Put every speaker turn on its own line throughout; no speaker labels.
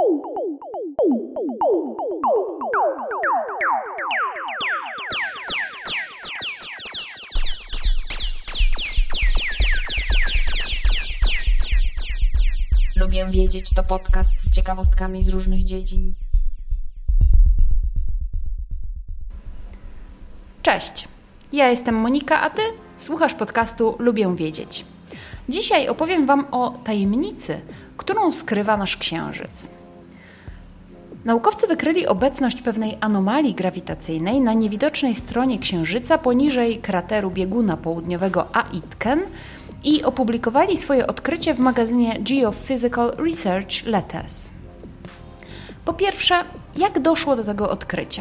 Lubię wiedzieć to podcast z ciekawostkami z różnych dziedzin.
Cześć, ja jestem Monika, a Ty słuchasz podcastu Lubię wiedzieć. Dzisiaj opowiem Wam o tajemnicy, którą skrywa nasz Księżyc. Naukowcy wykryli obecność pewnej anomalii grawitacyjnej na niewidocznej stronie Księżyca poniżej krateru bieguna południowego Aitken i opublikowali swoje odkrycie w magazynie Geophysical Research Letters. Po pierwsze, jak doszło do tego odkrycia?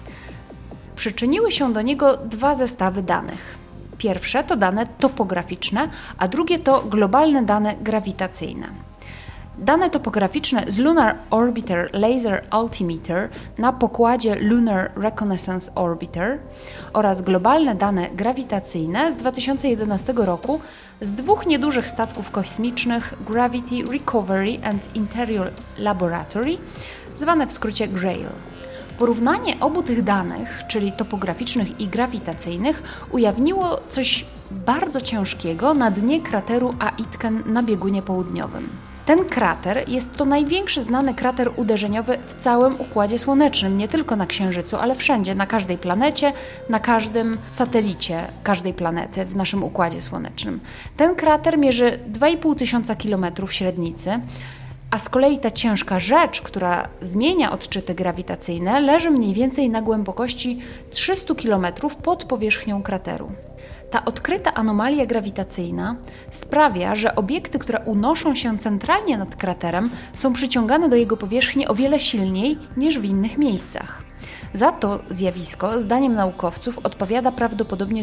Przyczyniły się do niego dwa zestawy danych. Pierwsze to dane topograficzne, a drugie to globalne dane grawitacyjne. Dane topograficzne z Lunar Orbiter Laser Altimeter na pokładzie Lunar Reconnaissance Orbiter oraz globalne dane grawitacyjne z 2011 roku z dwóch niedużych statków kosmicznych Gravity Recovery and Interior Laboratory, zwane w skrócie GRAIL. Porównanie obu tych danych, czyli topograficznych i grawitacyjnych, ujawniło coś bardzo ciężkiego na dnie krateru Aitken na biegunie południowym. Ten krater jest to największy znany krater uderzeniowy w całym Układzie Słonecznym, nie tylko na Księżycu, ale wszędzie, na każdej planecie, na każdym satelicie każdej planety w naszym Układzie Słonecznym. Ten krater mierzy 2500 km średnicy, a z kolei ta ciężka rzecz, która zmienia odczyty grawitacyjne, leży mniej więcej na głębokości 300 km pod powierzchnią krateru. Ta odkryta anomalia grawitacyjna sprawia, że obiekty, które unoszą się centralnie nad kraterem, są przyciągane do jego powierzchni o wiele silniej niż w innych miejscach. Za to zjawisko, zdaniem naukowców, odpowiada prawdopodobnie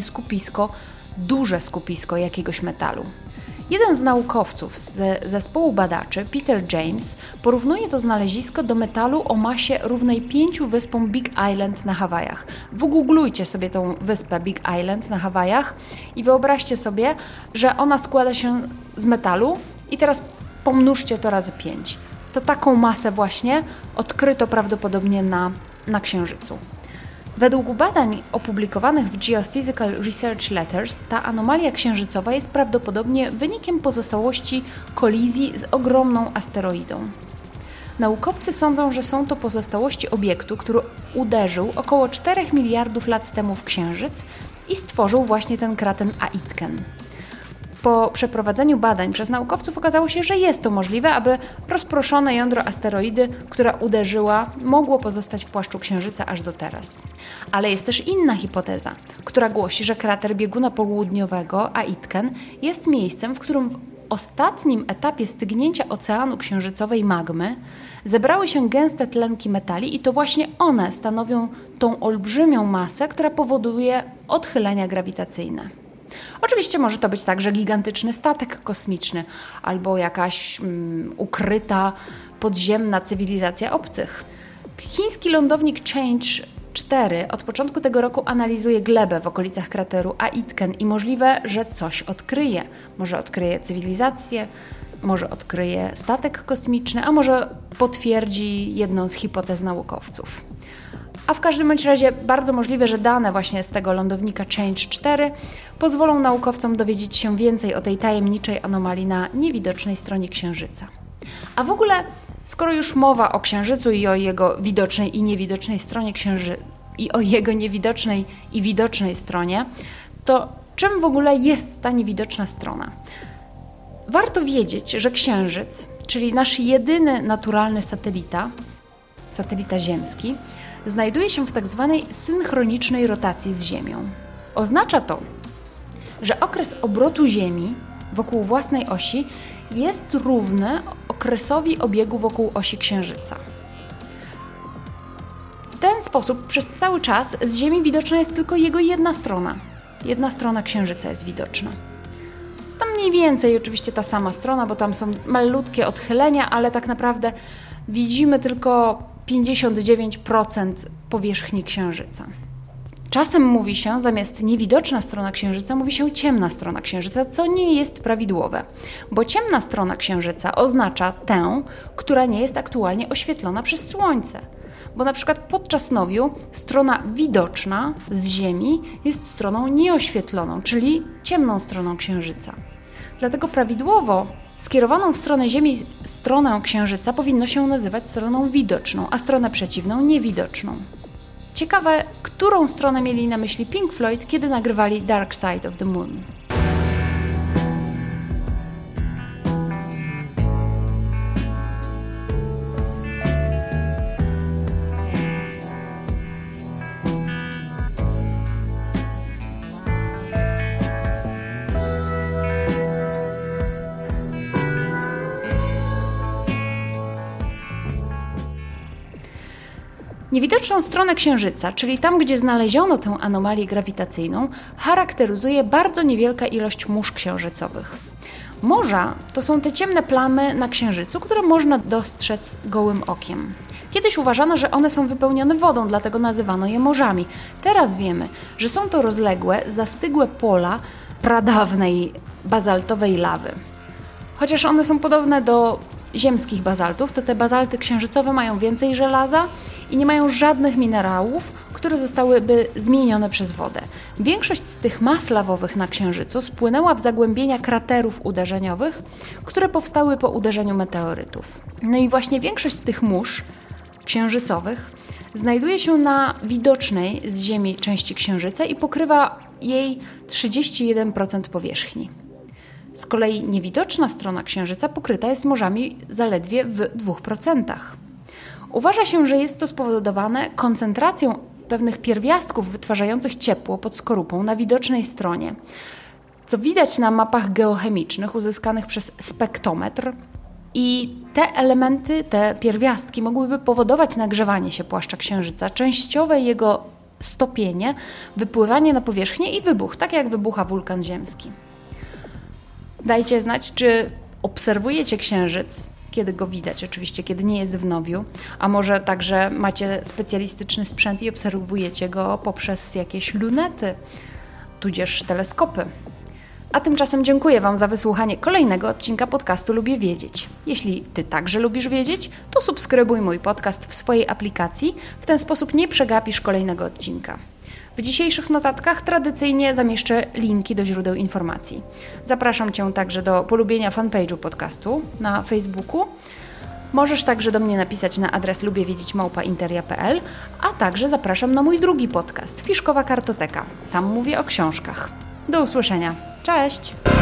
duże skupisko jakiegoś metalu. Jeden z naukowców z zespołu badaczy, Peter James, porównuje to znalezisko do metalu o masie równej 5 wyspom Big Island na Hawajach. Wygooglujcie sobie tą wyspę Big Island na Hawajach i wyobraźcie sobie, że ona składa się z metalu i teraz pomnóżcie to razy 5. To taką masę właśnie odkryto prawdopodobnie na Księżycu. Według badań opublikowanych w Geophysical Research Letters ta anomalia księżycowa jest prawdopodobnie wynikiem pozostałości kolizji z ogromną asteroidą. Naukowcy sądzą, że są to pozostałości obiektu, który uderzył około 4 miliardów lat temu w Księżyc i stworzył właśnie ten krater Aitken. Po przeprowadzeniu badań przez naukowców okazało się, że jest to możliwe, aby rozproszone jądro asteroidy, która uderzyła, mogło pozostać w płaszczu Księżyca aż do teraz. Ale jest też inna hipoteza, która głosi, że krater bieguna południowego Aitken jest miejscem, w którym w ostatnim etapie stygnięcia oceanu księżycowej magmy zebrały się gęste tlenki metali i to właśnie one stanowią tą olbrzymią masę, która powoduje odchylenia grawitacyjne. Oczywiście może to być także gigantyczny statek kosmiczny albo jakaś ukryta, podziemna cywilizacja obcych. Chiński lądownik Change 4 od początku tego roku analizuje glebę w okolicach krateru Aitken i możliwe, że coś odkryje. Może odkryje cywilizację, może odkryje statek kosmiczny, a może potwierdzi jedną z hipotez naukowców. A w każdym bądź razie bardzo możliwe, że dane właśnie z tego lądownika Change 4 pozwolą naukowcom dowiedzieć się więcej o tej tajemniczej anomalii na niewidocznej stronie Księżyca. A w ogóle, skoro już mowa o Księżycu i o jego widocznej i niewidocznej stronie widocznej stronie, to czym w ogóle jest ta niewidoczna strona? Warto wiedzieć, że Księżyc, czyli nasz jedyny naturalny satelita ziemski, znajduje się w tak zwanej synchronicznej rotacji z Ziemią. Oznacza to, że okres obrotu Ziemi wokół własnej osi jest równy okresowi obiegu wokół osi Księżyca. W ten sposób przez cały czas z Ziemi widoczna jest tylko jego jedna strona. Jedna strona Księżyca jest widoczna. Tam mniej więcej oczywiście ta sama strona, bo tam są malutkie odchylenia, ale tak naprawdę widzimy tylko 59% powierzchni Księżyca. Czasem mówi się, zamiast niewidoczna strona Księżyca, mówi się ciemna strona Księżyca, co nie jest prawidłowe, bo ciemna strona Księżyca oznacza tę, która nie jest aktualnie oświetlona przez Słońce. Bo na przykład podczas nowiu strona widoczna z Ziemi jest stroną nieoświetloną, czyli ciemną stroną Księżyca. Dlatego prawidłowo skierowaną w stronę Ziemi stronę Księżyca powinno się nazywać stroną widoczną, a stronę przeciwną niewidoczną. Ciekawe, którą stronę mieli na myśli Pink Floyd, kiedy nagrywali Dark Side of the Moon. Niewidoczną stronę Księżyca, czyli tam, gdzie znaleziono tę anomalię grawitacyjną, charakteryzuje bardzo niewielka ilość mórz księżycowych. Morza to są te ciemne plamy na Księżycu, które można dostrzec gołym okiem. Kiedyś uważano, że one są wypełnione wodą, dlatego nazywano je morzami. Teraz wiemy, że są to rozległe, zastygłe pola pradawnej bazaltowej lawy. Chociaż one są podobne do ziemskich bazaltów, to te bazalty księżycowe mają więcej żelaza i nie mają żadnych minerałów, które zostałyby zmienione przez wodę. Większość z tych mas lawowych na Księżycu spłynęła w zagłębienia kraterów uderzeniowych, które powstały po uderzeniu meteorytów. No i właśnie większość z tych mórz księżycowych znajduje się na widocznej z Ziemi części Księżyca i pokrywa jej 31% powierzchni. Z kolei niewidoczna strona Księżyca pokryta jest morzami zaledwie w 2%. Uważa się, że jest to spowodowane koncentracją pewnych pierwiastków wytwarzających ciepło pod skorupą na widocznej stronie, co widać na mapach geochemicznych uzyskanych przez spektrometr. I te elementy, te pierwiastki mogłyby powodować nagrzewanie się płaszcza Księżyca, częściowe jego stopienie, wypływanie na powierzchnię i wybuch, tak jak wybucha wulkan ziemski. Dajcie znać, czy obserwujecie Księżyc, kiedy go widać, oczywiście, kiedy nie jest w nowiu, a może także macie specjalistyczny sprzęt i obserwujecie go poprzez jakieś lunety, tudzież teleskopy. A tymczasem dziękuję Wam za wysłuchanie kolejnego odcinka podcastu Lubię Wiedzieć. Jeśli Ty także lubisz wiedzieć, to subskrybuj mój podcast w swojej aplikacji, w ten sposób nie przegapisz kolejnego odcinka. W dzisiejszych notatkach tradycyjnie zamieszczę linki do źródeł informacji. Zapraszam Cię także do polubienia fanpage'u podcastu na Facebooku. Możesz także do mnie napisać na adres lubiewiedzieć@interia.pl, a także zapraszam na mój drugi podcast, Fiszkowa Kartoteka. Tam mówię o książkach. Do usłyszenia. Cześć!